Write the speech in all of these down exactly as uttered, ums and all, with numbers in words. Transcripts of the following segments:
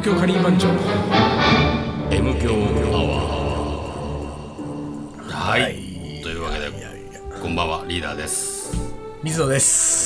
東京カリー番長 M 強アワー。はい、はい、というわけでこんばんは、リーダーです。 水野です。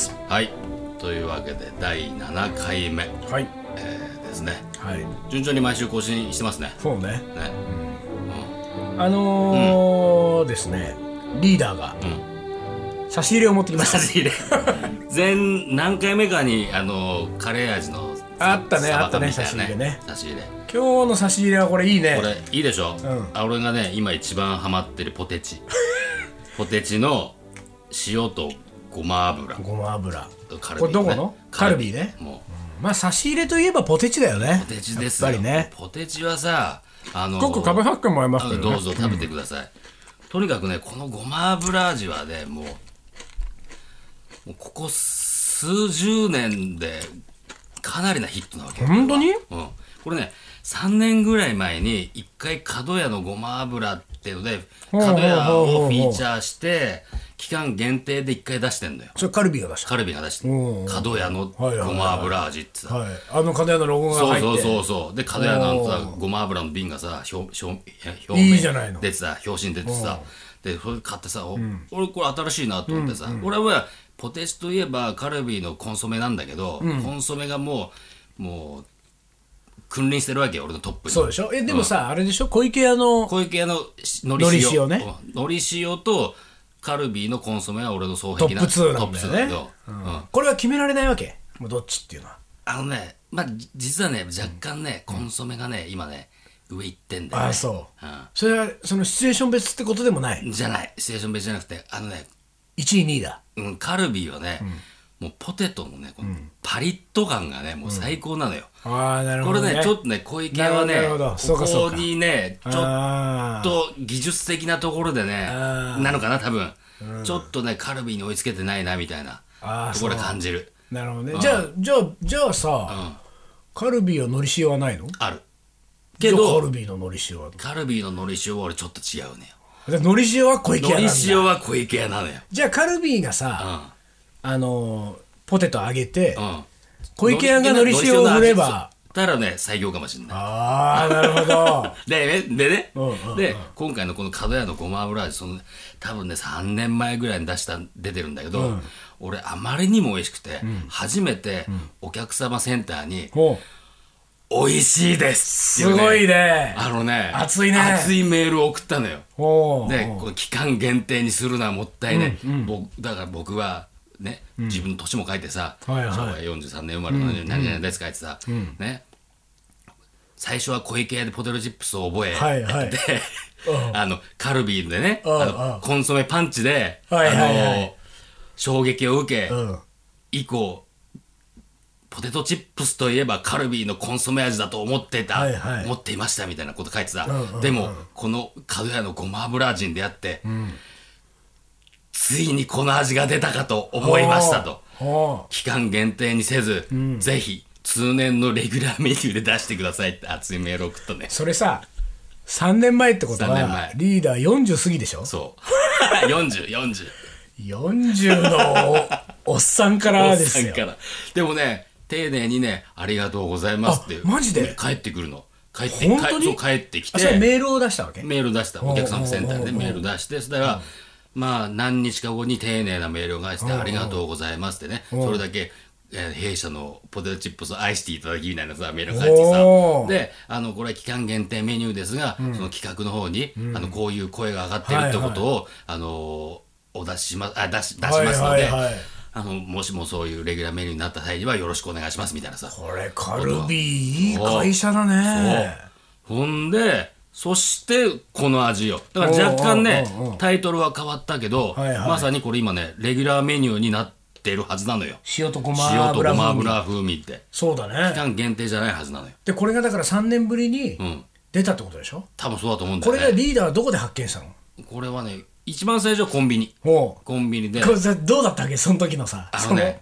はい、というわけでだいななかいめ、 はい、 えー、ですね、 はい、 順調に毎週更新してますね。 そうね、ね、 うん、 あのーうん、ですね、リーダーが、うん、差し入れを持ってきました。 差し入れ前何回目かにあのカレー味のあったね、あったね、差し入れね。 差し入れ。 今日の差し入れはこれいいね。 これいいでしょ。うん、あ、俺がね今一番ハマってるポテチ。ポテチの塩とごま油。 ごま油。 カルビーね、 これどこの？カルビーね。もう、うん、まあ差し入れといえばポテチだよね。 ポテチですよ。やっぱりね。ポテチはさ、あの。 ちょっと食べさせてもらいますけどね。 どうぞ食べてください。うん、とにかくね、このごま油味はね、もう、もうここ数十年でかなりなヒットなわけよ。 本当に？ うん。これね、さんねんぐらい前に一回角屋のごま油っていうので角屋をフィーチャーして期間限定で一回出してんだよ。 それカルビが出した。 カルビが出して角屋のごま油味ってさ、 はい、あの角屋のロゴが入って、 そうそうそうそうで角屋のさごま油の瓶がさ表表表面出てさ表紙に出てさ、でそれ買ってさ、うん、俺これ新しいなと思ってさ、うんうん、俺はポテチといえばカルビのコンソメなんだけど、うん、コンソメがもうもう君臨してるわけよ、俺のトップに。 そうでしょ。えでもさ、うん、あれでしょ、小池屋の小池屋ののり塩ね、のり塩とカルビーのコンソメは俺の双璧なトップツーなんだよね。だけど、うんうん、これは決められないわけ、もうどっちっていうのは。 あのね、まあ実はね若干ね、うん、コンソメがね今ね上行ってんだよね。 ああそう、うん、それはそのシチュエーション別ってことでもないじゃない、シチュエーション別じゃなくて、あのねいちいにいだ、 うん、カルビーはね、うん、もうポテトのねこのパリッと感がねもう最高なのよ、 うん、ああなるほど、ね、 これねちょっとね小池屋はねここにねちょっと技術的なところでねなのかな多分、うん、ちょっとねカルビーに追いつけてないなみたいなところで感じる。 なるほどね、うん、じゃあじゃあじゃあさ、うん、カルビーはのり塩はないの？ あるけどカルビーののり塩はカルビーののり塩は俺ちょっと違うねよ。のり塩は小池屋なんだ。 のり塩は小池屋なのよ。 じゃあカルビーがさ、うん、あのポテト揚げて、うん、小池屋がのり塩を振ればたらね最強かもしれない。 ああなるほど。 でねでね、うんうんうん、で今回のこの角屋のごま油味、その多分ねさんねんまえぐらいに出した出てるんだけど、うん、俺あまりにも美味しくて、うん、初めてお客様センターに、うん、美味しいですっていう、ね、 すごいね、 あのね熱いね熱いメールを送ったのよ。でこの期間限定にするのはもったいない、うんうん、僕だから僕はね、うん、自分の年も書いてさ、はいはい、しょうがよんじゅうさんねん生まれの何々です書いてさ、うん、ね、最初は小池屋でポテトチップスを覚え、はいはい、であのカルビーでねあのコンソメパンチで、はいはいはい、あの衝撃を受け、うん、以降ポテトチップスといえばカルビーのコンソメ味だと思ってた、はいはい、思っていましたみたいなこと書いてた、うんうんうん、でもこの角屋のごま油味に出会って、うん、ついにこの味が出たかと思いましたと。期間限定にせず、うん、ぜひ通年のレギュラーメニューで出してくださいって熱いメールを送ったね。 それささんねんまえってことはリーダーよんじゅう過ぎでしょ。 そうよんじゅう、よんじゅうよんじゅうの お, おっさんからですよ。 からでもね丁寧にねありがとうございますってマジで帰ってくるの。帰って本当に帰ってきて、 それメールを出したわけ。 メール出したお客様センターでメール出して、そしたらまあ何日か後に丁寧なメールを返してありがとうございますってね、それだけ、えー、弊社のポテトチップスを愛していただきみたいなさメールが返ってさ、であのこれは期間限定メニューですが、うん、その企画の方に、うん、あのこういう声が上がってるってことを、はいはい、あのお出ししまあ出し出しますので、はいはいはい、あのもしもそういうレギュラーメニューになった際にはよろしくお願いしますみたいなさ。 これカルビーいい会社だね。 ほんでそしてこの味よ。だから若干ねタイトルは変わったけど、はいはい、まさにこれ今ねレギュラーメニューになってるはずなのよ。 塩とごま油風味。塩とごま油風味ってそうだね。 期間限定じゃないはずなのよ。 でこれがだからさんねんぶりに出たってことでしょ、うん、 多分そうだと思うんだよね。 これがリーダーはどこで発見したの？ これはね一番最初はコンビニコンビニで。これどうだったっけその時のさ。 あのね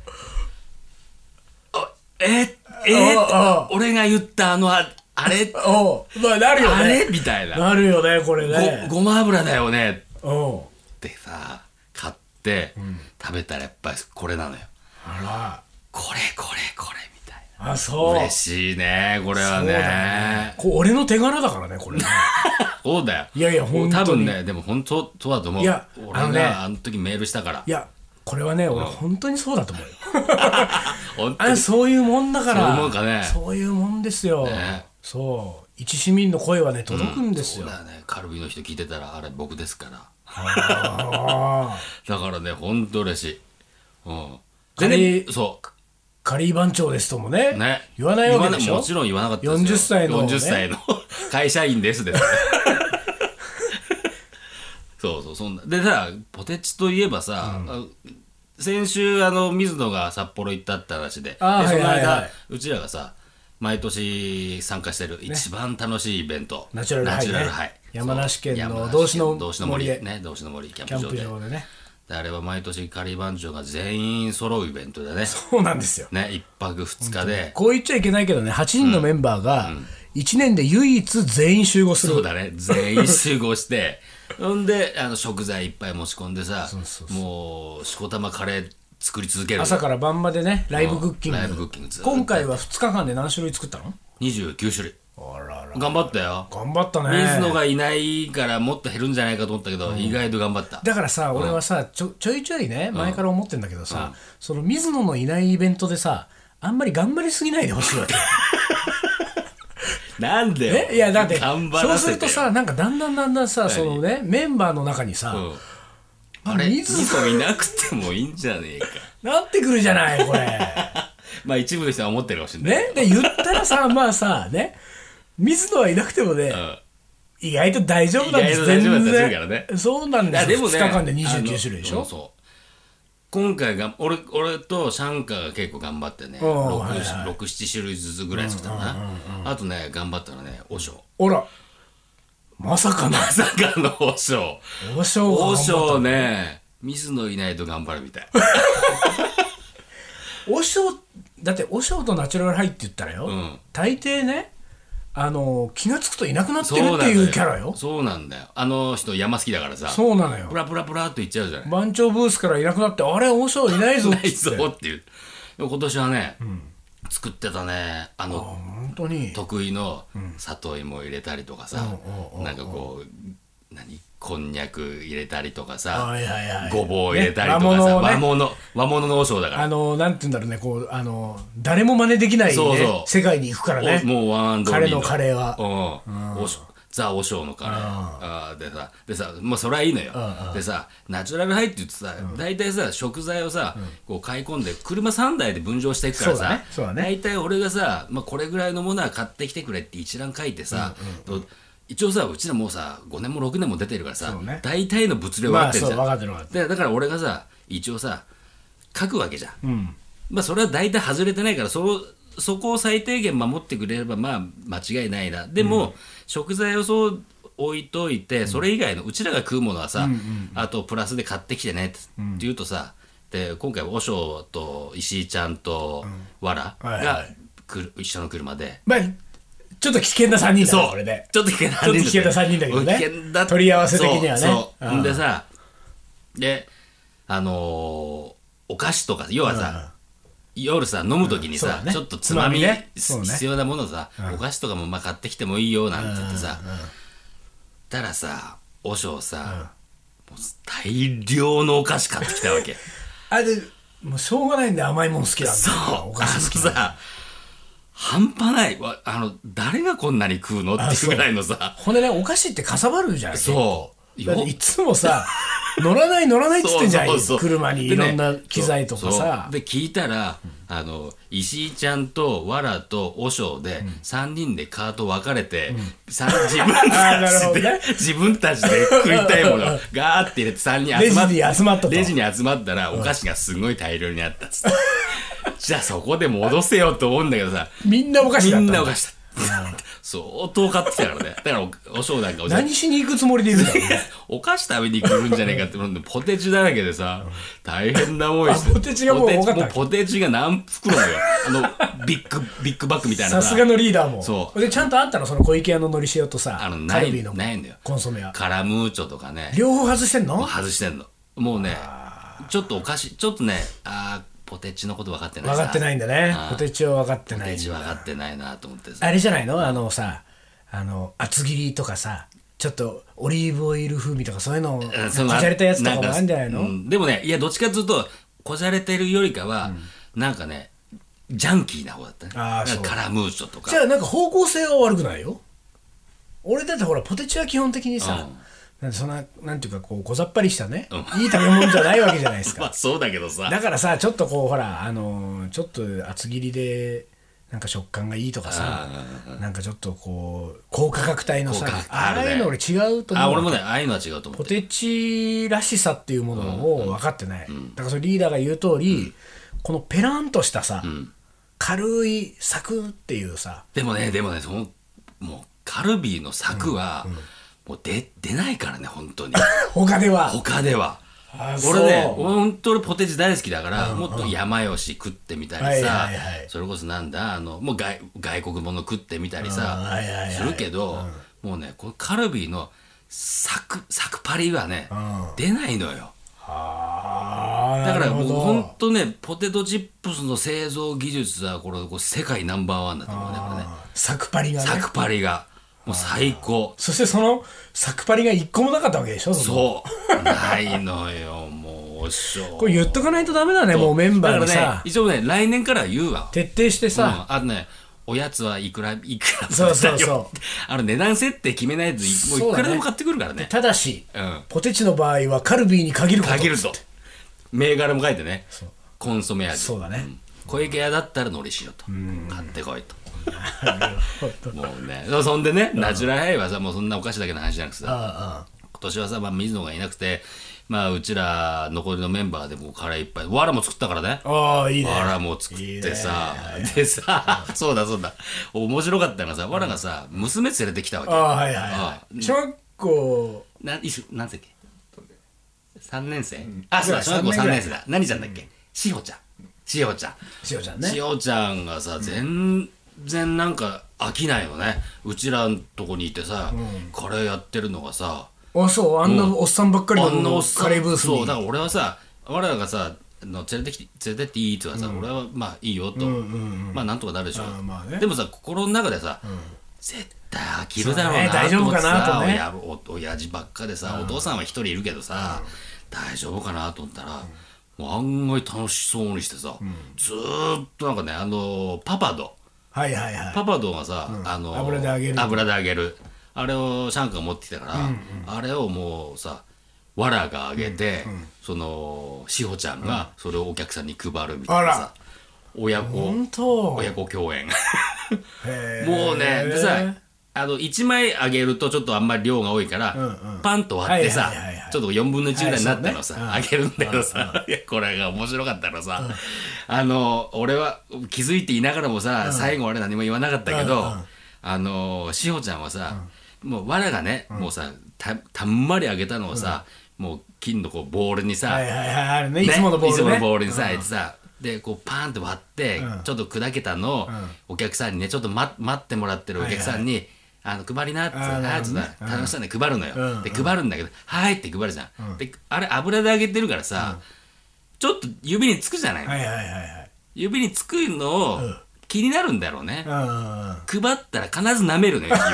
えー、えー、俺が言ったあのああれおう、まあ、なるよね。 あれみたいな。 なるよねこれね。 ご、ごま油だよねおうってさ買って、うん、食べたらやっぱりこれなのよ。 あらこれこれこれみたいな。 あ、そう。 嬉しいね、これはね。ね、 こ俺の手柄だからね、これね。 そうだよ。 いやいや、本当に。 多分ね、でも本当そうだと思う。いや、俺があの、ね、あの時メールしたから。 いや、これはね、俺本当にそうだと思うよ。あ、そういうもんだから。 そう思うかね。 そういうもんですよ。ね、そう。一市民の声はね、届くんですよ。 うん、そうだね。カルビの人聞いてたら、あれ僕ですから。あだからね、本当嬉しい。うん。 カリー、 そう。 カリー番長ですともね、 ね言わないわけでしょ。 もちろん言わなかったですよ。 よんじゅっさいの、ね、 よんじゅっさいの会社員ですです、ね、そうそうそんなでさ、ポテチといえばさ、うん、先週あの水野が札幌行ったって話で、でその間、はいはいはい、うちらがさ毎年参加してる一番楽しいイベント、ね、 ナチュラルハイ、ね、ハイ山梨県の道志の森でね、道志の森キャンプ場 で, キャンプ場でね、 あれは毎年カリー番長が全員揃うイベントでね。 そうなんですよ。 ね、いっぱくふつかで。 こう言っちゃいけないけどね、はちにんのメンバーがいちねんで唯一全員集合する。 そうだね、全員集合して、ほんであの食材いっぱい持ち込んでさ、そうそうそう、もうしこたまカレー作り続ける。 朝から晩までね、ライブクッキング。 ライブクッキング。 今回はふつかかんで何種類作ったの？ にじゅうきゅうしゅるい。 あらら頑張ったよ。 頑張ったね。 水野がいないからもっと減るんじゃないかと思ったけど、うん、意外と頑張った。 だからさ、俺はさ、ちょ、ちょいちょいね、前から思ってんだけどさ、うん、その水野のいないイベントでさ、あんまり頑張りすぎないでほしいわけ。 なんでよ。 え、いやだってそうするとさ、なんかだんだんだんだんさ、そのねメンバーの中にさ、 うん、あれ水野いなくてもいいんじゃねえか。 なってくるじゃないこれ。 まあ一部の人は思ってるかもしれない。 ね、で言ったらさ、まあさね。水野はいなくてもね、うん、意外と大丈夫なんです。全然、ね、そうなんですよ。でもね、ふつかかんでにじゅうきゅうしゅるいでしょ。そうそう今回が 俺, 俺とシャンカが結構頑張ってね、ろく、はいはい、ろく、なな種類ずつぐらい作ったかな、うんうんうんうん、あとね頑張ったのね、和尚。 ほらまさかのまさかの和尚。 和尚和尚ね、水野いないと頑張るみたい。 和尚だって和尚とナチュラルハイって言ったらよ、うん、大抵ね、あの気がつくといなくなってるっていうキャラよ。 そうなんだよ。あの人山好きだからさ。 そうなのよ。 プラプラプラっといっちゃうじゃない。 番長ブースからいなくなって、あれ和尚いないぞっていないぞっていう。今年はね、うん、作ってたね、あのあ本当に得意の里芋入れたりとかさ、うん、なんかこう何こんにゃく入れたりとかさ、はいはいはい、ごぼう入れたりとかさ、ね、和物、ね、和物和物の和尚だから、 あのなんて言うんだろうね、こうあの誰も真似できない、ね、そうそう世界に行くからね。 もうワンアンドオンリーの彼のカレーは、 うんうん、ザ・和尚のカレーあでさでさ、まあそれはいいのよ。でさ、ナチュラルハイって言ってさ、うん、大体さ食材をさ、うん、こう買い込んで車さんだいで分乗していくからさ、そうだね、大体俺がさ、まあ、これぐらいのものは買ってきてくれって一覧書いてさ、うんうんうん、一応さ、うちらもうさごねんもろくねんも出てるからさ、ね、大体の物量分かってるじゃん、まあ、分かってる分かってる。だから俺がさ一応さ書くわけじゃん、うん、まあそれは大体外れてないから、そそこを最低限守ってくれればまあ間違いないな。でも、うん、食材をそう置いといて、それ以外のうちらが食うものはさ、うんうんうん、あとプラスで買ってきてねって言うとさ、で今回和尚と石井ちゃんとわらが来る、一緒の車で、 まあちょっと危険なさんにんだね、これで。 ちょっと危険なさんにんだ、ね、 ちょっと危険なさんにんだけどね。危険だ取り合わせ的にはね。 そうそう。でさ、であのー、お菓子とか要はさ、夜さ飲むときにさ、うんね、ちょっとつまみ、ね、必要なものさ、うん、お菓子とかもまあ買ってきてもいいよなんて言ってさ、うんうん、たらさ和尚さ、うん、もう大量のお菓子買ってきたわけ。 あれもうしょうがないんで、甘いもの好きなんだ。 そう、お菓子好きなんだ。さ半端ない。あの誰がこんなに食うのっていうぐらいのさ。 ほんでね、お菓子ってかさばるじゃん。そうだっていつもさ乗らない乗らないっつってんじゃん。そうそうそう、車にいろんな機材とかさ。 で、ね、聞いたら、うん、あの石井ちゃんとわらと和尚で、うん、さんにんでカート分かれて、うん、自分たちで、ね、自分たちで食いたいものをガーって入れてさんにん集まって、 レジに集まったと。 レジに集まったらお菓子がすごい大量にあったっつって、うん、じゃあそこで戻せよと思うんだけどさ、 みんなお菓子だった。 みんなお菓子だった。相当買ってきたからね。だからお尚なんか何しに行くつもりでいるんだろうね。 お菓子食べに来るんじゃねえかって思うんで、ポテチだらけでさ、大変な思いして。 ポテチがもう多かった。もうポテチが何袋もよ。あのビッグビッグバッグみたいなさ。 さすがのリーダーも。 そう。 でちゃんとあったの、その小池屋ののり塩とさ、 あのないないんだよ。 コンソメは。 カラムーチョとかね。 両方外してんの？ 外してんの。もうね、ちょっとお菓子ちょっとね、あポポテチのこと分かってない分かってないんだね。ポテチは分かってない。 ポテチ分かってないなと思ってさ。 あれじゃないの、あのさ、あの厚切りとかさ、ちょっとオリーブオイル風味とかそういうのこじゃれたやつとかもあるんじゃないの、うん、 でもね、いやどっちかというとこじゃれてるよりかは、うん、なんかねジャンキーな方だったね。ああ、カラムーチョとか。 じゃあなんか方向性は悪くないよ。俺だってほらポテチは基本的にさ、うん、そんななんていうかこう小ざっぱりしたね、うん、いい食べ物じゃないわけじゃないですか。 まあそうだけどさ。 だからさ、ちょっとこうほらあのちょっと厚切りでなんか食感がいいとかさ、なんかちょっとこう高価格帯のさ、ああいうの俺違うと思う。 あ、俺もね、ああいうのは違うと思う。 ポテチらしさっていうものを分かってない、うんうん、だからそれリーダーが言う通り、うん、このペランとしたさ、うん、軽いサクっていうさ。 でもね、でもね、そのもうカルビーのサクは、うんうん、もう出出ないからね、本当に。 他では他では俺ね、本当にポテチ大好きだから、うんうん、もっと山吉食ってみたりさ、はいはいはい、それこそなんだあのもう 外, 外国物食ってみたりさ、はいはいはい、するけど、うん、もうねこのカルビーのサクサクパリはね、うん、出ないのよ。はだからもう本当ねポテトチップスの製造技術はこれこれ世界ナンバーワンだと思うね。これねサクパリがね、 サクパリがもう最高。 そしてそのサクパリが一個もなかったわけでしょ。 そうないのよ。もうしょうこれ言っとかないとダメだね。もうメンバーにさ、だからね、一応ね来年からは言うわ。 徹底してさ、 うん、あとねおやつはいくらいくらそうそうそうあの値段設定決めないともういくらでも買ってくるからね。 ただし、うん、ポテチの場合はカルビーに限ること限ると銘柄も書いてね、コンソメ味。 そうだね、 うん、小池屋だったらのり塩と買ってこいと。もうね、そんでね、ナチュラルハイはさ、もうそんなお菓子だけの話じゃなくてさ、今年はさ、まあ、水野がいなくて、まあ、うちら残りのメンバーでもうカレーいっぱい、わらも作ったからね。 ああ、いいね。 わらも作ってさ、いいでさ、そうだそうだ、面白かったのがさ、わらがさ、娘連れてきたわけ。 ああ、はいはいはい。小学校、 な、いし、なんてっけさんねん生、うん、あ、そうだ、小学校さんねん生だ。何ちゃんだっけ、しほちゃん。しほちゃん。 しほちゃんね。 しほちゃんがさ、全然なんか飽きないよね。うちらのとこにいてさ、うん、カレーやってるのがさ、 あ、そう、あんなおっさんばっかりのカレーブースに。 そう、だから俺はさ、我らがさ、の連れてきて連れてっていいって言うからさ、うん、俺はまあいいよと、うんうんうん、まあなんとかなるでしょ。まあね、でもさ、心の中でさ、うん、絶対飽きるだろうなと思ってさ、ねね、お, お親父ばっかでさ、うん、お父さんは一人いるけどさ、うん、大丈夫かなと思ったら、うん、もう案外楽しそうにしてさ、うん、ずーっとなんかね、あのパパド、 はいはいはい、 パパドがさ、うん、あの油で揚げる油で揚げるあれをシャンカが持ってきたから、うんうん、あれをもうさわらが揚げて、うんうん、そのしほちゃんがそれをお客さんに配るみたいなさ、親子親子共演もうねでさ、あのいちまい揚げるとちょっとあんまり量が多いから、うんうん、パンと割ってさ、はいはいはいはい、ちょっとよんぶんのいちぐらいになったのさ、はいね、揚げるんだけどさ、いやこれが面白かったのさ、うん、あの俺は気づいていながらもさ、うん、最後あれ何も言わなかったけど、うんうん、あのしほちゃんはさ、うん、もうわらがね、うん、もうさ た, たんまり揚げたのをさ、うん、もう金のこうボールにさ、 はいはいはいあるね、いつものボールね、いつものボールにさ、うん、さでこうパーンって割って、うん、ちょっと砕けたのを、うん、お客さんにねちょっと、ま、待ってもらってるお客さんに、はいはい、あの配りなってああつな楽しそうに配るのよ、うん、で配るんだけど、うん、はいって配るじゃん、うん、であれ油で揚げてるからさ、うん、ちょっと指につくじゃない、 はいはいはいはい、 指につくのを、うん、気になるんだろうね、うん、配ったら必ず舐めるのよ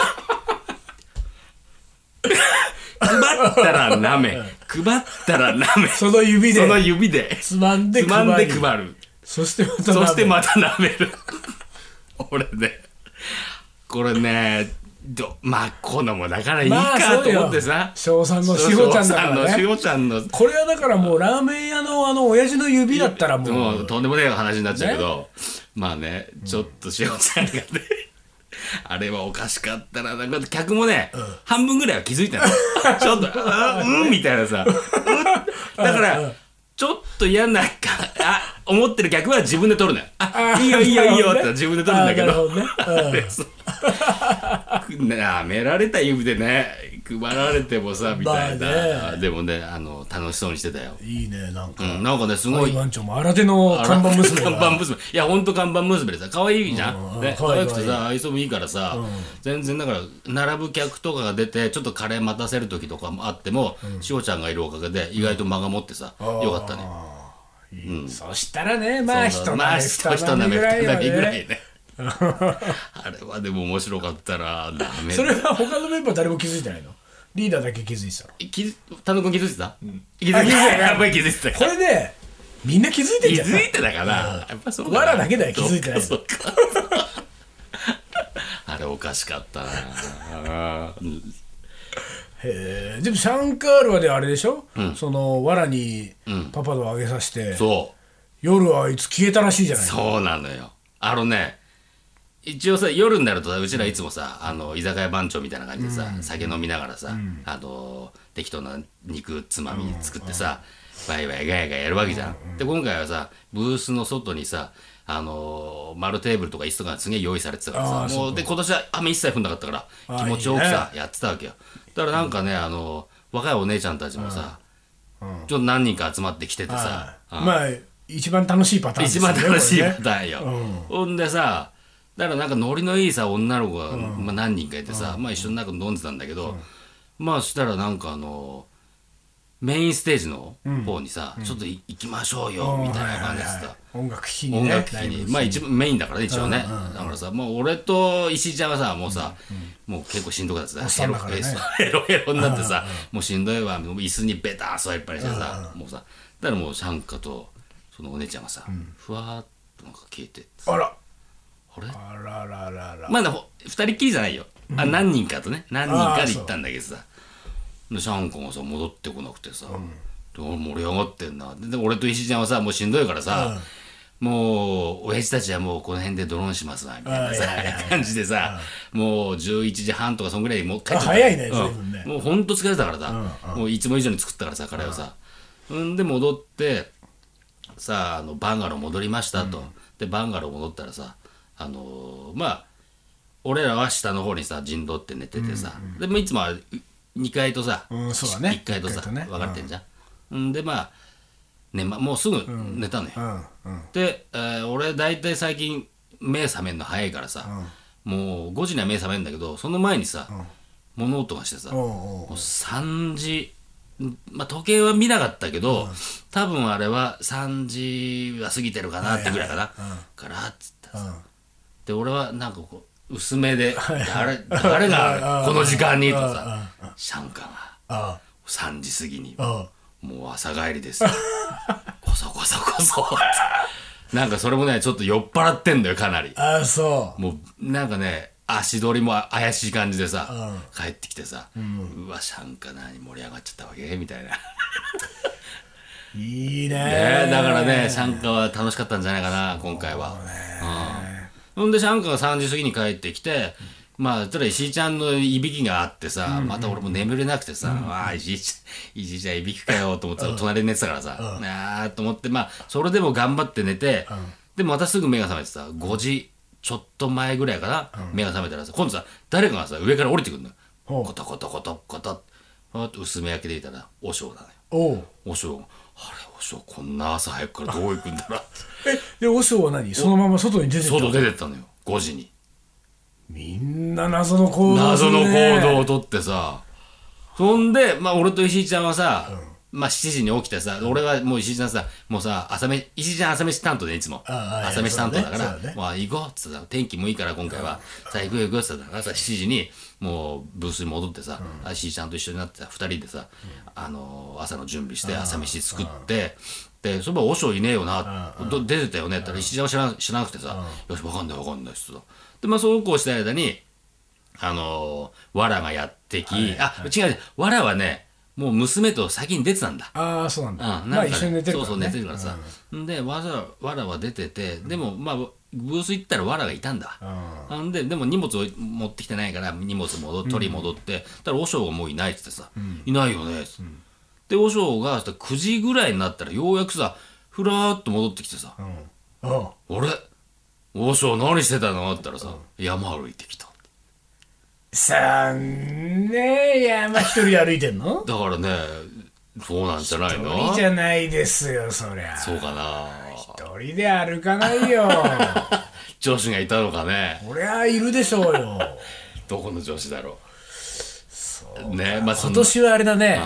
配ったら舐め配ったら舐めその指でその指でつまんで配る、つまんで配る、 そしてまた舐める、そしてまた舐める俺ねこれねどまあこのもだからいいかと思ってさ、 翔さんのしほちゃんだからね、 しほちゃんのこれはだからもうラーメン屋のあの親父の指だったらもうもうとんでもない話になっちゃうけど、ね、まあねちょっとしほちゃんがねあれはおかしかったな。なんか客もね、うん、半分ぐらいは気づいてないちょっとうんみたいなさ、うん、だからちょっと嫌なかあ思ってる客は自分で取るのよ。あいいよいいよいいよって自分で取るんだけど、なめられた指でね配られてもさみたいな、まあね、でもねあの楽しそうにしてたよ。 いいねなんか、 うん、なんかねすごい番長も新手の看板娘看板娘いやほんと看板娘でさ可愛いじゃん、うん、ね可愛くてさ愛想もいいからさ、うん、全然だから並ぶ客とかが出てちょっとカレー待たせる時とかもあっても、うん、しほちゃんがいるおかげで意外と間が持ってさ、うん、よかったね。 うん、そしたらね、まあ人なめ二なめぐらいはね。 あれはでも面白かったな。 それは他のメンバー誰も気づいてないの？リーダーだけ気づいてたの？ 田野君気づいてた？うん、気づいてた。やっぱり気づいてた。 これでみんな気づいてんじゃん。 気づいてたかな。やっぱそうわらだけだよ気づいてない。 あれおかしかったな。 へえ。でもシャンカールはであれでしょ、うん、そのわらにパパドをあげさせて、うん、そう夜はあいつ消えたらしいじゃない。 そうなのよ。あのね一応さ夜になるとさうちらいつもさ、うん、あの居酒屋番長みたいな感じでさ、うん、酒飲みながらさ、うん、あの適当な肉つまみ作ってさ、うん、ワイワイガヤガヤやるわけじゃん、うん、で今回はさブースの外にさあのー、丸テーブルとか椅子とかすげえ用意されてたからさもうで今年は雨一切降んなかったから気持ちよくさいい、ね、やってたわけよ。だからなんかね、うん、あの若いお姉ちゃんたちもさ、うん、ちょっと何人か集まってきててさ、 うん、まあ一番楽しいパターンですね。一番楽しいパターンよ、ね、ほんでさだからなんかノリのいいさ女の子が、うんまあ、何人かいてさ、うんまあ、一緒になんか飲んでたんだけど、うん、まあそしたらなんかあのメインステージの方にさ、うん、ちょっと行きましょうよ、うん、みたいな感じでさ、はいはい、 音楽聴きにね音楽聴きにまあ一番メインだからね一応ね、うんうんうん、だからさもう俺と石井ちゃんはさもうさ、うんうん、もう結構しんどかったさヘロ、ね、ヘロヘロになってさ、うんうん、もうしんどいわ椅子にベター座りっぱりしてさ、うんうん、もうさだからもうシャンカとそのお姉ちゃんがさ、うん、ふわーっとなんか消えてあらあれあららららまだふたりっきりじゃないよ、うん、あ何人かとね何人かで行ったんだけどさでシャンカがさ戻ってこなくてさ、うん盛り上がってんな。で俺と石井ちゃんはさもうしんどいからさ、うん、もう親父たちはもうこの辺でドローンしますわみたいなさ感じでさ、うん、もうじゅういちじはんとかそんぐらいもう帰っちゃった。 早いね、 うん、ねもうほんと疲れたからさ、うんうん、もういつも以上に作ったからさカレーをさ、うん、で戻ってさあのバンガロー戻りましたと、うん、でバンガロー戻ったらさあのー、まあ俺らは下の方にさ陣取って寝ててさ、うんうん、でもいつもはにかいとさ、うんそうだね、いっかいとさ、ね、分かれてんじゃん、うん、でまあ、ねま、もうすぐ寝たのよ、うんうんうん、で、えー、俺大体最近目覚めるの早いからさ、うん、もうごじには目覚めるんだけどその前にさ、うん、物音がしてさ、うん、もうさんじ、まあ、時計は見なかったけど、うん、多分あれはさんじは過ぎてるかなってぐらいかな、はいはいはい、からっつったさ、うん、で俺はなんかこう薄めで誰, 誰がこの時間にとさシャンカがさんじ過ぎにもう朝帰りですこそこそこそなんかそれもねちょっと酔っ払ってんだよかなり。 あそうもうなんかね足取りも怪しい感じでさ帰ってきてさ、うん、うわシャンカ何盛り上がっちゃったわけみたいないい ね, ねだからねシャンカは楽しかったんじゃないかな今回は。ほんでシャンカがさんじ過ぎに帰ってきて、うん、まあただ石井ちゃんのいびきがあってさ、うんうん、また俺も眠れなくてさ、うん、ああ石井ちゃん石井ちゃんいびきかよと思ってたら隣で寝てたからさ、うん、ああと思ってまあそれでも頑張って寝て、うん、でまたすぐ目が覚めてさごじちょっと前ぐらいかな、うん、目が覚めたらさ今度さ誰かがさ上から降りてくるのよ、うん、コトコトコトコト薄め焼きでいたら和尚なのよ。和尚あれ和尚こんな朝早くからどう行くんだろうえで和尚は何そのまま外に出てった外出てったのよごじに。 みんな謎の行動、ね、 謎の行動をとってさそんでまあ俺と石井ちゃんはさ、うん、まあしちじに起きてさ、うん、俺はもう石井ちゃんさもうさ朝飯石井ちゃん朝飯担当でいつも朝飯担当だから、ねね、まあ行こうっつってさ天気もいいから今回は、うん、さあ行くよ行くよっつってさ朝しちじにもうブースに戻ってさ、うん、石井ちゃんと一緒になってさふたりでさ、うん、あのー、朝の準備して朝飯作って、でそば和尚いねえよな、うん、出てたよねって言ったら石井ちゃんは知らな知らなくてさ、うん、よし分かんない分かんないっつってでまあそうこうしてる間にあのー、わらがやってき、はいはい、あ違う違うわらはねもう娘と先に出てたんだ。 ああそうなんだ、 うん、なんか、ね、 まあ一緒に寝てるから、ね、 そうそう寝てるからさ、うん、でわらわらは出てて、うん、でもまあブース行ったらわらがいたんだ、うん、ででも荷物を持ってきてないから荷物戻取り戻って、うん、たら和尚がもういないっつってさ、うん、いないよねっつって、うん、で和尚がくじぐらいになったらようやくさふらーっと戻ってきてさ、うん、あれ和尚何してたのって言ったらさ、うん、山歩いてきた。 さんね山一人歩いてんのだからねそうなんじゃないの。 一人じゃないですよそりゃ。 そうかな一人で歩かないよ上司がいたのかね。 こりゃいるでしょうよどこの上司だろう。 そうね、まあ、今年はあれだね、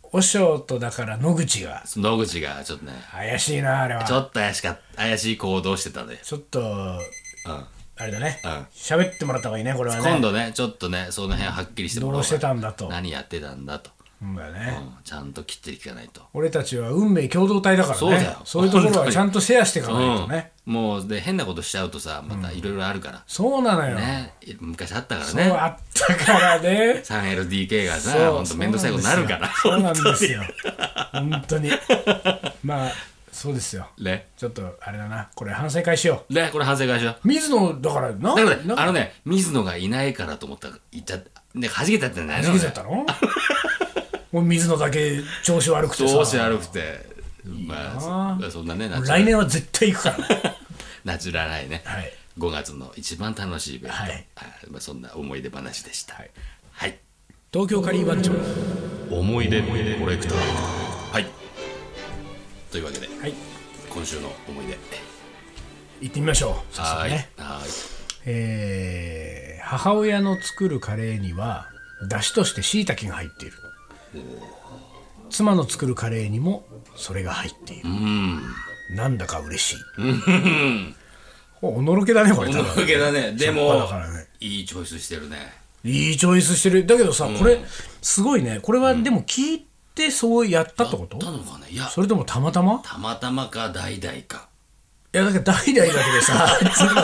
和尚とだから野口が野口がちょっとね怪しいなあれは。 ちょっと怪しかった怪しい行動してたね。 ちょっと、うん、あれだね喋、うん、ってもらった方がいいねこれはね。 今度ねちょっとねその辺はっきりしてもらおう。 どうしてたんだと、 何やってたんだと、 うんだね、 うん、ちゃんときっちり聞かないと。 俺たちは運命共同体だからね。そうだよ。そういうところはちゃんとシェアしていかないとね、 うん、もうで変なことしちゃうとさまたいろいろあるから、うん、 そうなのよ、 ね、昔あったからね。 そうあったからねスリーエルディーケー がさほんとめんどくさいことになるから。 そうなんですよ本当にまあそうですよ、ね、ちょっとあれだなこれ反省会しようね。これ反省会しよう。 水野だからなだから、ね、あのね水野がいないからと思ったら言っちゃってね弾けたってんだよね。 弾けちゃったのもう水野だけ調子悪くてさ。 調子悪くてまあ そ, そんなね来年は絶対行くからナチュラルないね、 はい、 ごがつの一番楽しいイベント、はいまあ、そんな思い出話でした。はい、はい、 東京カリー番長思い出コレクター。はいというわけで、 はい、 今週の思い出行ってみましょう。そうそうね、 はい、 えー、母親の作るカレーには出汁として椎茸が入っている。妻の作るカレーにもそれが入っている。うんなんだか嬉しい。おのろけだねこれ。 おのろけだね。でも、ね、いいチョイスしてるね。 いいチョイスしてる。だけどさ、うん、これすごいね。これはでも聞いてそうやったってこと？ やったのかね。いやそれともたまたま？ たまたまか代々か。 いやだけど代々だけどさ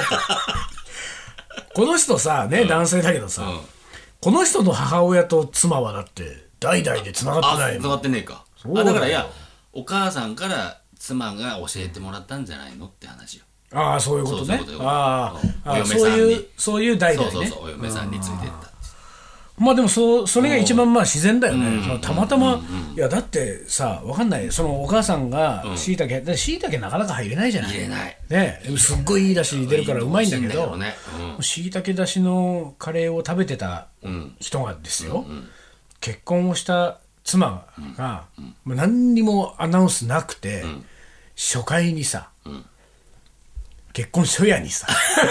この人さね、うん、男性だけどさ、うん、この人の母親と妻はだって代々で繋がってないの。 繋がってねえか。あだからいやお母さんから妻が教えてもらったんじゃないのって話よ。 ああそういうことね。ああお嫁さんにそういうそういう代々ね。 そうそうそうお嫁さんについてった。 まあでもそそれが一番まあ自然だよね。そのたまたま、うんうん、いやだってさわかんないそのお母さんがしいたけしいたけなかなか入れないじゃない。 入れないねすっごいいいだし出るからうまいんだけどしいたけだしのカレーを食べてた人がですよ、うんうん、結婚をした妻が、うんうん、何にもアナウンスなくて、うん、初回にさ、うん、結婚初夜にさ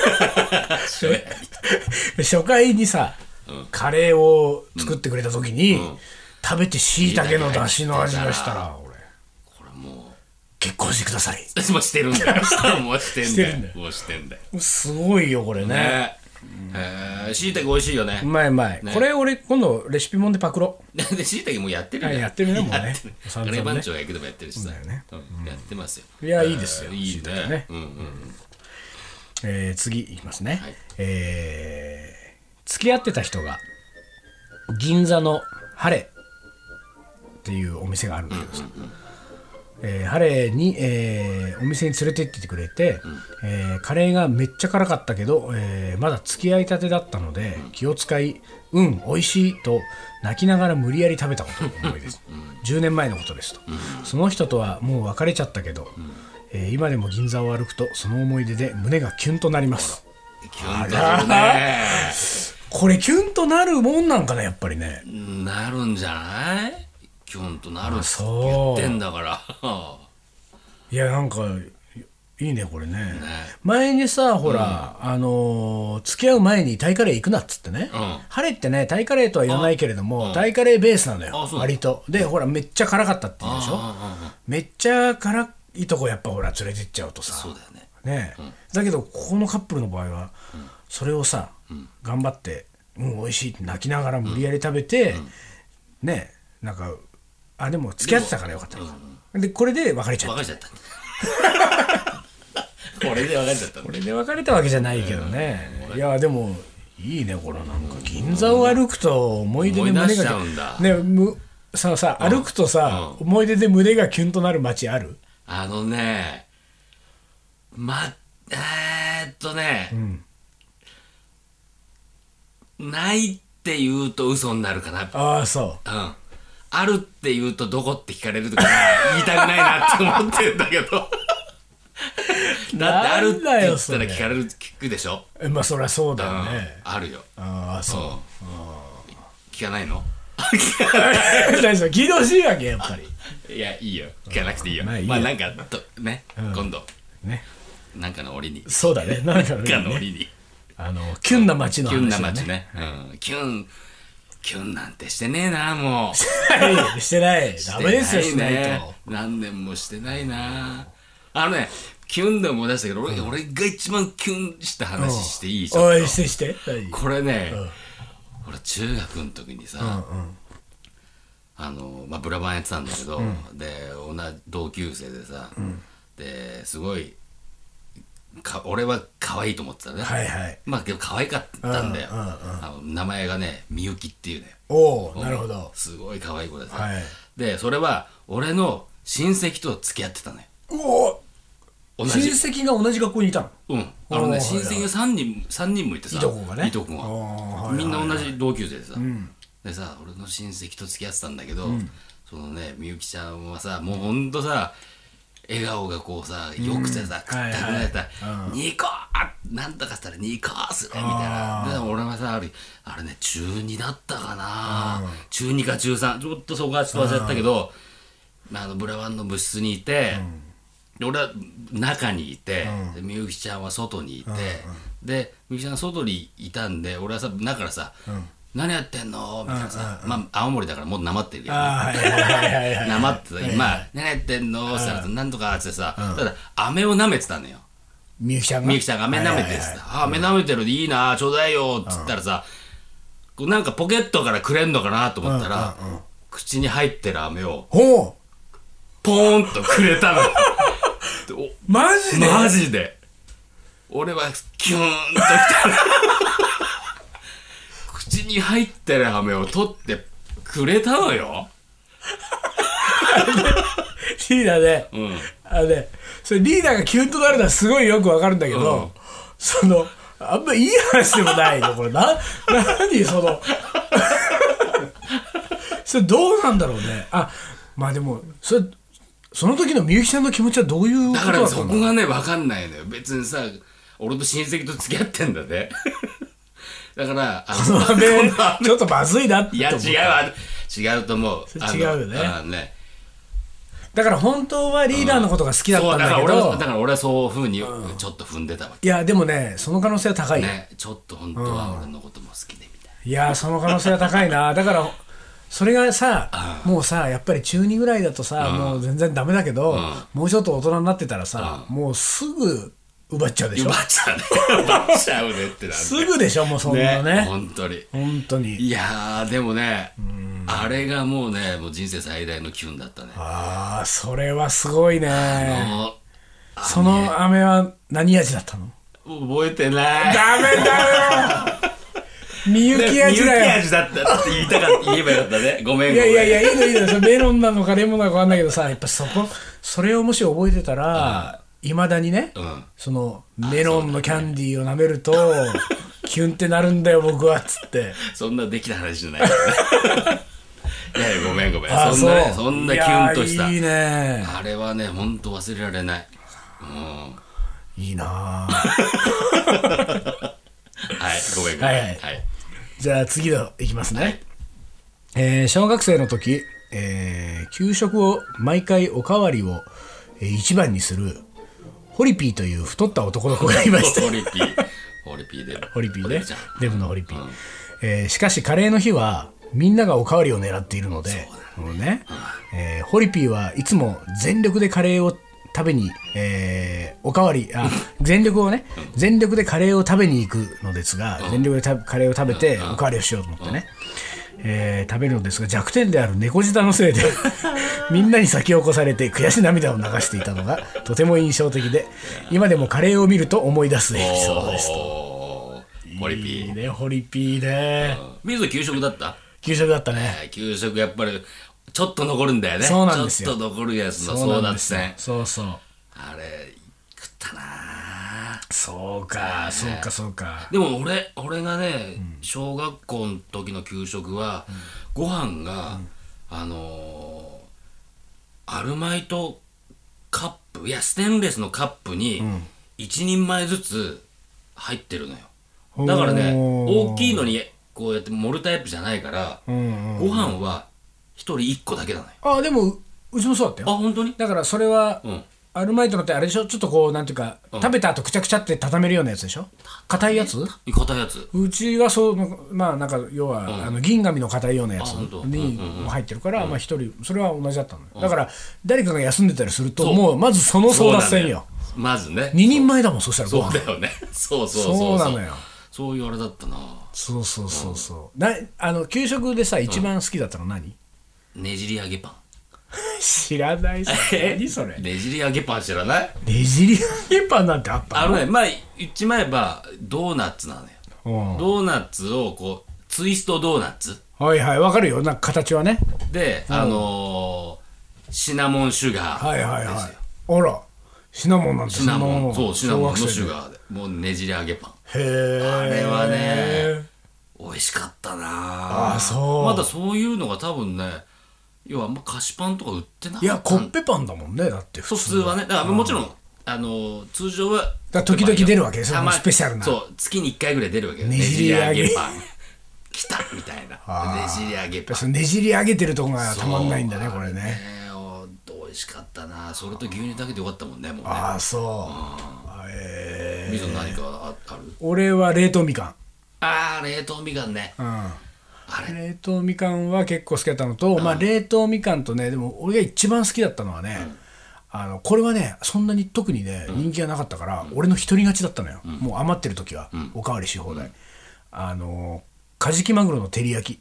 初回にさ、うん、カレーを作ってくれた時に、うん、食べてしいたけの出汁の味がしたら俺これもう結婚してくださいもうしてるんだよもうしてんだよもうしてんだよすごいよこれね。 ねしいたけ美味しいよね。 うまいうまい、ね、これ俺今度レシピもんでパクロでしいたけもうやってるね。 やってるねもうね。 カレー番長が行くでもやってるしさ、ねうん、やってますよ。 いやいいですよ。 いいね。ねうんうんうんえー、次いきますね、はいえー、付き合ってた人が銀座のハレっていうお店があるんだけどさ、うんうんうんえー、ハレに、えー、お店に連れて行ってくれて、うんえー、カレーがめっちゃ辛かったけど、えー、まだ付き合いたてだったので、うん、気を使いうん美味しいと泣きながら無理やり食べたことの思いです、うん、じゅうねんまえのことですと、うん、その人とはもう別れちゃったけど、うんえー、今でも銀座を歩くとその思い出で胸がキュンとなります。 キュンとなるねこれキュンとなるもんなんかなやっぱりね。 なるんじゃないキュンとなるって言ってんだからいやなんかいいねこれ ね, ね前にさほら、うん、あのー、付き合う前にタイカレー行くなっつってね、うん、ハレってねタイカレーとは言わないけれども、うん、タイカレーベースなのよ割とでほらめっちゃ辛かったって言うでしょ。めっちゃ辛いとこやっぱほら連れてっちゃうとさそうだよねね、うん、だけどこのカップルの場合は、うん、それをさ、うん、頑張ってうん美味しいって泣きながら無理やり食べて、うん、ねなんかあでも付き合ってたからよかったのか、うん、でこれで別れちゃった別れちゃったこれで別れちゃったこれで別れたわけじゃないけどね、うん、いやでもいいねこれなんか銀座を歩くと思い出で胸がねむささ歩くとさ、うん、思い出で胸がキュンとなる街ある？ あのねまえー、っとね、うん、ないって言うと嘘になるかな。 ああそううんあるって言うとどこって聞かれるとか言いたくないなって思ってるんだけどだってあるって言ったら聞かれる聞くでしょ。 えまあそりゃそうだよね、 うん、あるよ。 ああそう、うん、 聞かないの聞いてほしいわけやっぱりいやいいよ聞かなくていいよ。まあいいよまあなんかとね、うん、今度ねなんかの折にそうだねなんかの折に、ね、 折にあのキュンな街の話、ね、 キュンな街ね、うん、キュンキュンなんてしてねえなもうしてないしてないダメですよしないと何年もしてないなあのねキュンでも思い出したけど、俺、うん、俺が一番キュンした話していい、ちょっとおいしてしてこれね、うん、俺中学の時にさ、うんうん、あのまあブラバンやってたんだけど、うん、で同じ同級生でさ、うん、ですごいか俺は可愛いと思ってたね、はいはい、まあけど可愛かったんだよ、うんうんうん、あの名前がねみゆきっていうね、 おおなるほど、 すごい可愛い子でさ、はい、でそれは俺の親戚と付き合ってたのよ。 おお親戚が同じ学校にいたの？ うん。あのね、親戚がさんにん、さんにんもいてさ、 いとこがね。 いとこが。みんな同じ同級生でさ。うん、でさ、俺の親戚と付き合ってたんだけど、うん、そのね、みゆきちゃんはさ、もうほんとさ、笑顔がこうさ、よくてさ、食ったくなったら、ニコーなんとかしたらニコーするみたいな。で、俺はさ、あれ、あれね、中にだったかな、中にか中さん、ちょっとそこはちょっと忘れたけど、あのブラワンの部室にいて、俺は中にいて、うん、みゆきちゃんは外にいて、うんうん、でみゆきちゃんが外にいたんで俺はさ中からさ、うん、何やってんのみたいなさ、うんうんうん、まあ青森だからもうなまってるけどなまってさ今何やってんのって言ったらなんとかってさ、うん、ただ飴を舐めてたのよみゆきちゃんがみゆきちゃんが飴舐めてさ、あ飴舐めてるでいいなちょうだいよっつったらさ、うん、なんかポケットからくれんのかなと思ったら、うんうんうん、口に入ってる飴をほうポーンとくれたのマジでマジで俺はキューンときた口に入ってる飴を取ってくれたのよリーダーで、うん、あのねそれリーダーがキュンとなるのはすごいよくわかるんだけど、うん、そのあんまいい話でもないのこれな何そのそれどうなんだろうねあまあでもそれその時のみゆきちゃんの気持ちはどういうことだったの？ だからそこがね分かんないのよ別にさ俺と親戚と付き合ってんだねだからあのこの飴ちょっとまずいなっていや違う違うと思う違うよねあねだから本当はリーダーのことが好きだったんだけど、うん、 だから俺はだから俺はそういう風にちょっと踏んでたわけ、 うん、いやでもねその可能性は高いねちょっと本当は俺のことも好きでみたいな、 うん、いやその可能性は高いなだからそれがさ、うん、もうさやっぱり中にぐらいだとさ、うん、もう全然ダメだけど、うん、もうちょっと大人になってたらさ、うん、もうすぐ奪っちゃうでしょ奪っちゃうね奪っちゃうねってなんですぐでしょもうそんなねね本当に本当にいやーでもねあれがもうねもう人生最大のキュンだったねああそれはすごいねあのその飴は何味だったの覚えてないダメだよみゆき味だよ。 みゆき味だったって言いたかった言えばよかったね。ごめんごめん。 いやいやいやいいのいいの。それメロンなのかレモンなのかわかんないけどさ、やっぱそこそれをもし覚えてたらいま、うん、だにね、うん、そのメロンのキャンディーを舐めるとキュンってなるんだよ僕はっつって。 そんなできた話じゃないからね。いやいやごめんごめん。そんなねそんなキュンとした。 いいね。 あれはね本当忘れられない。 うん、いいな。はいごめんごめん。はい。はいじゃあ次のいきますね、はいえー、小学生の時、えー、給食を毎回おかわりを、えー、一番にするホリピーという太った男の子がいましたホリピーホリピーデブホリピーねデブのホリピー、うんえー、しかしカレーの日はみんながおかわりを狙っているのでそうだね、ねうんえー、ホリピーはいつも全力でカレーを食べに、えー、おかわりあ全力をね全力でカレーを食べに行くのですが全力でたカレーを食べておかわりをしようと思ってね、えー、食べるのですが弱点である猫舌のせいでみんなに先を越されて悔し涙を流していたのがとても印象的で今でもカレーを見ると思い出すエピソードですとホリピーいいねホリピーね水野給食だった給食だったね、 えー、給食やっぱりちょっと残るんだよねそうなんですよちょっと残るやつの争奪戦そうそうあれ食ったなそうか、ね、そうかそうかでも俺俺がね、うん、小学校の時の給食は、うん、ご飯が、うん、あのー、アルマイトカップいやステンレスのカップに一人前ずつ入ってるのよだからね大きいのにこうやって盛るタイプじゃないから、うんうんうん、ご飯は一人一個だけなのよあでもうちもそうだったよあ本当にだからそれは、うん、 アルマイトのってあれでしょ、ちょっとこうなんていうか、うん、食べた後くちゃくちゃって畳めるようなやつでしょ。硬いやつ硬いやつうちはそう、まあなんか要は、うん、あの銀紙の硬いようなやつに入ってるから、まあ一人それは同じだったの、うん、だから誰かが休んでたりするともうまずその争奪戦よ。 まずねににんまえだもん。そしたらそうだよね。そうそうそうそうなのよ。 そういうあれだったな。 そうそうそうそう、うん、なあの給食でさ一番好きだったの何？ うん、ねじり揚げパン。 知らないさ。何それ。 ねじり揚げパン知らない？ ねじり揚げパンなんてあったの？ あのね、まあ言っちまえばドーナツなのよ、うん、ドーナツをこうツイストドーナツ。 はいはい、わかるよ、なんか形はね。 で、あのー、シナモンシュガーですよ。はいはいはい。 あら、シナモンなんて。 シナモン、そうシナモンのシュガーでもうねじり揚げパン。 へえ。 あれはね美味しかったなあ。そうまだそういうのが多分ね、要はあんま菓子パンとか売ってなかった。 いやコッペパンだもんね、だって普通はね。だからもちろん、うん、あの通常はだ時々出るわけですよ、スペシャルな。 そう月にいっかいぐらい出るわけよ。ねじり揚げパン来たみたいな。ねじり揚げパン。 ねじり揚げてるとこがたまんないんだね、これね。 美味しかったな。それと牛乳だけでよかったもんね、もうね。 ああそう。 ええ。みぞ何かある？ 俺は冷凍みかん。 ああ冷凍みかんね。うん。あれ冷凍みかんは結構好きだったのと、うん、まあ冷凍みかんとね、でも俺が一番好きだったのはね、うん、あのこれはねそんなに特にね、うん、人気がなかったから、うん、俺の一人勝ちだったのよ、うん、もう余ってる時は、うん、おかわりし放題、うん、あのカジキマグロの照り焼き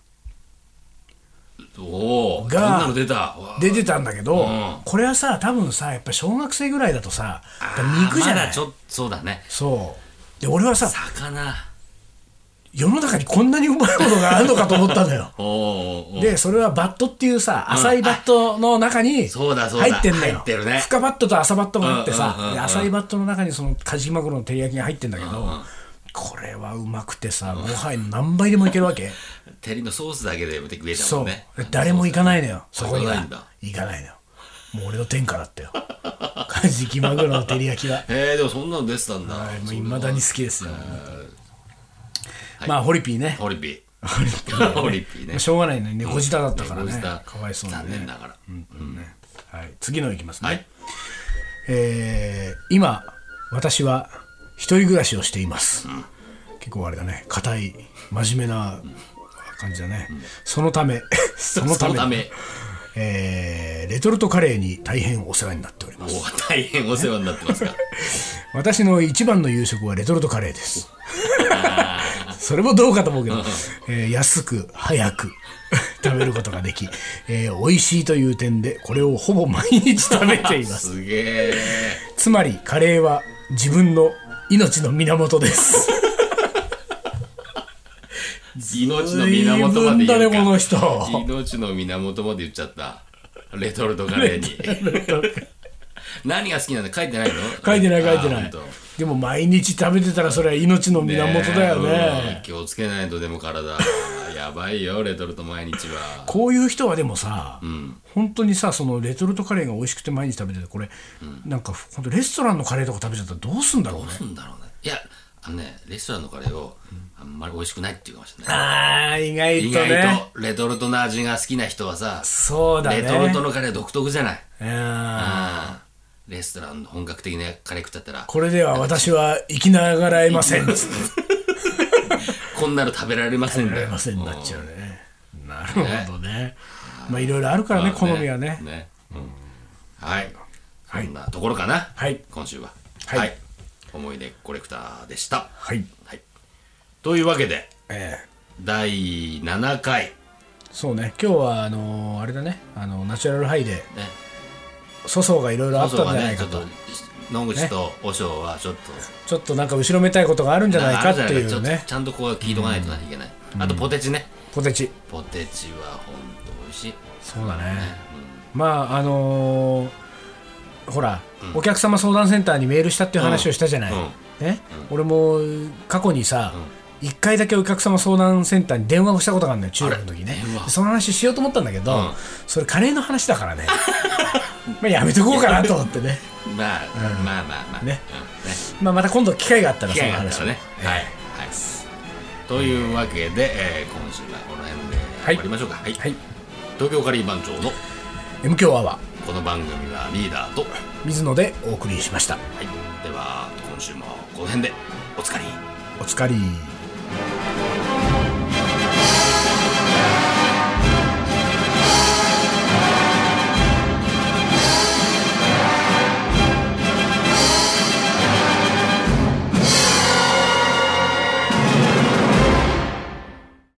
おが出た出てたんだけど、うん、これはさ多分さやっぱ小学生ぐらいだとさ肉じゃない、 まだちょそうだね。 そうで俺はさ魚世の中にこんなにうまいものがあるのかと思ったのよ。でそれはバットっていうさ、うん、浅いバットの中に入ってんのよ。 ね、 深バットと浅バットがあってさ、うんうんうんうん、浅いバットの中にそのカジキマグロの照り焼きが入ってんだけど、うんうん、これはうまくてさ、ご飯の何倍でもいけるわけ。 照りのソースだけで食えちゃうもんね。 そう誰も行かないのよ、そこには行かないのよ。もう俺の天下だったよカジキマグロの照り焼きは。 へえ、でもそんなの出てたんだ。 はい、もう未だに好きですよ。はい、まあホリピーね。 ホリピー。ホリピーね。 しょうがないね。猫舌だったからね。かわいそうにね。 残念ながら。 うんうんね。はい。次のいきますね。はい、えー、今私は一人暮らしをしています。うん、結構あれだね。硬い真面目な感じだね。うん、そのためそのため。えー、レトルトカレーに大変お世話になっております。 お大変お世話になってますか。 私の一番の夕食はレトルトカレーです。それもどうかと思うけど、えー、安く早く食べることができ、えー、美味しいという点でこれをほぼ毎日食べています。 すげえ。 つまりカレーは自分の命の源です。 命の源まで言うか。 だねこの人。 命の源まで言っちゃった。レトルトカレーに。何が好きなんだ書いてないの？ 書いてない書いてない。でも毎日食べてたらそれは命の源だよね。 ね、気をつけないと。でも体やばいよレトルト毎日は。 こういう人はでもさ、うん、本当にさそのレトルトカレーが美味しくて毎日食べててこれ、うん、なんか本当レストランのカレーとか食べちゃったらどうすんだろうね。 どうすんだろうね。いやあのねレストランのカレーをあんまり美味しくないっていうかもしれない。 あー意外とね。 意外とレトルトの味が好きな人はさ、 そうだね。 レトルトのカレー独特じゃない。 あレストランの本格的なカレー食っちゃったらこれでは私は生きながらえませんこんなの食べられませんだよ。 食べられませんになっちゃうね。なるほどね。まあいろいろあるからね、好みはね。 ね、うん、はい。そんなところかな。はい。今週は。はい。はい、思い出コレクターでした。 はい。 はい。というわけで、えー、だいななかい。 そうね。今日はあのー、あれだね。あのナチュラルハイで。ね。粗相がいろいろあったんじゃないかと。 野口と和尚はちょっとちょっとなんか後ろめたいことがあるんじゃないかっていうね。 ちゃんとこう聞いとかないといけない。あとポテチね。 ポテチ。 ポテチは本当美味しい。 そうだね。まああのほらお客様相談センターにメールしたっていう話をしたじゃない。ね。俺も過去にさ。いっかいだけお客様相談センターに電話をしたことがあるんだよ、中学の時ね。その話しようと思ったんだけど、うん、それカレーの話だからねまあやめとこうかなと思ってねまあ、うん、まあまあまあね、 うんね、まあまた今度機会があったらその話をね、 えー、はい、はい、というわけで、えー、今週はこの辺で終わりましょうか。はい、はい、東京カリー番長の M 強アワーこの番組はリーダーと水野でお送りしました。はい、では今週もこの辺でおつかりおつかり。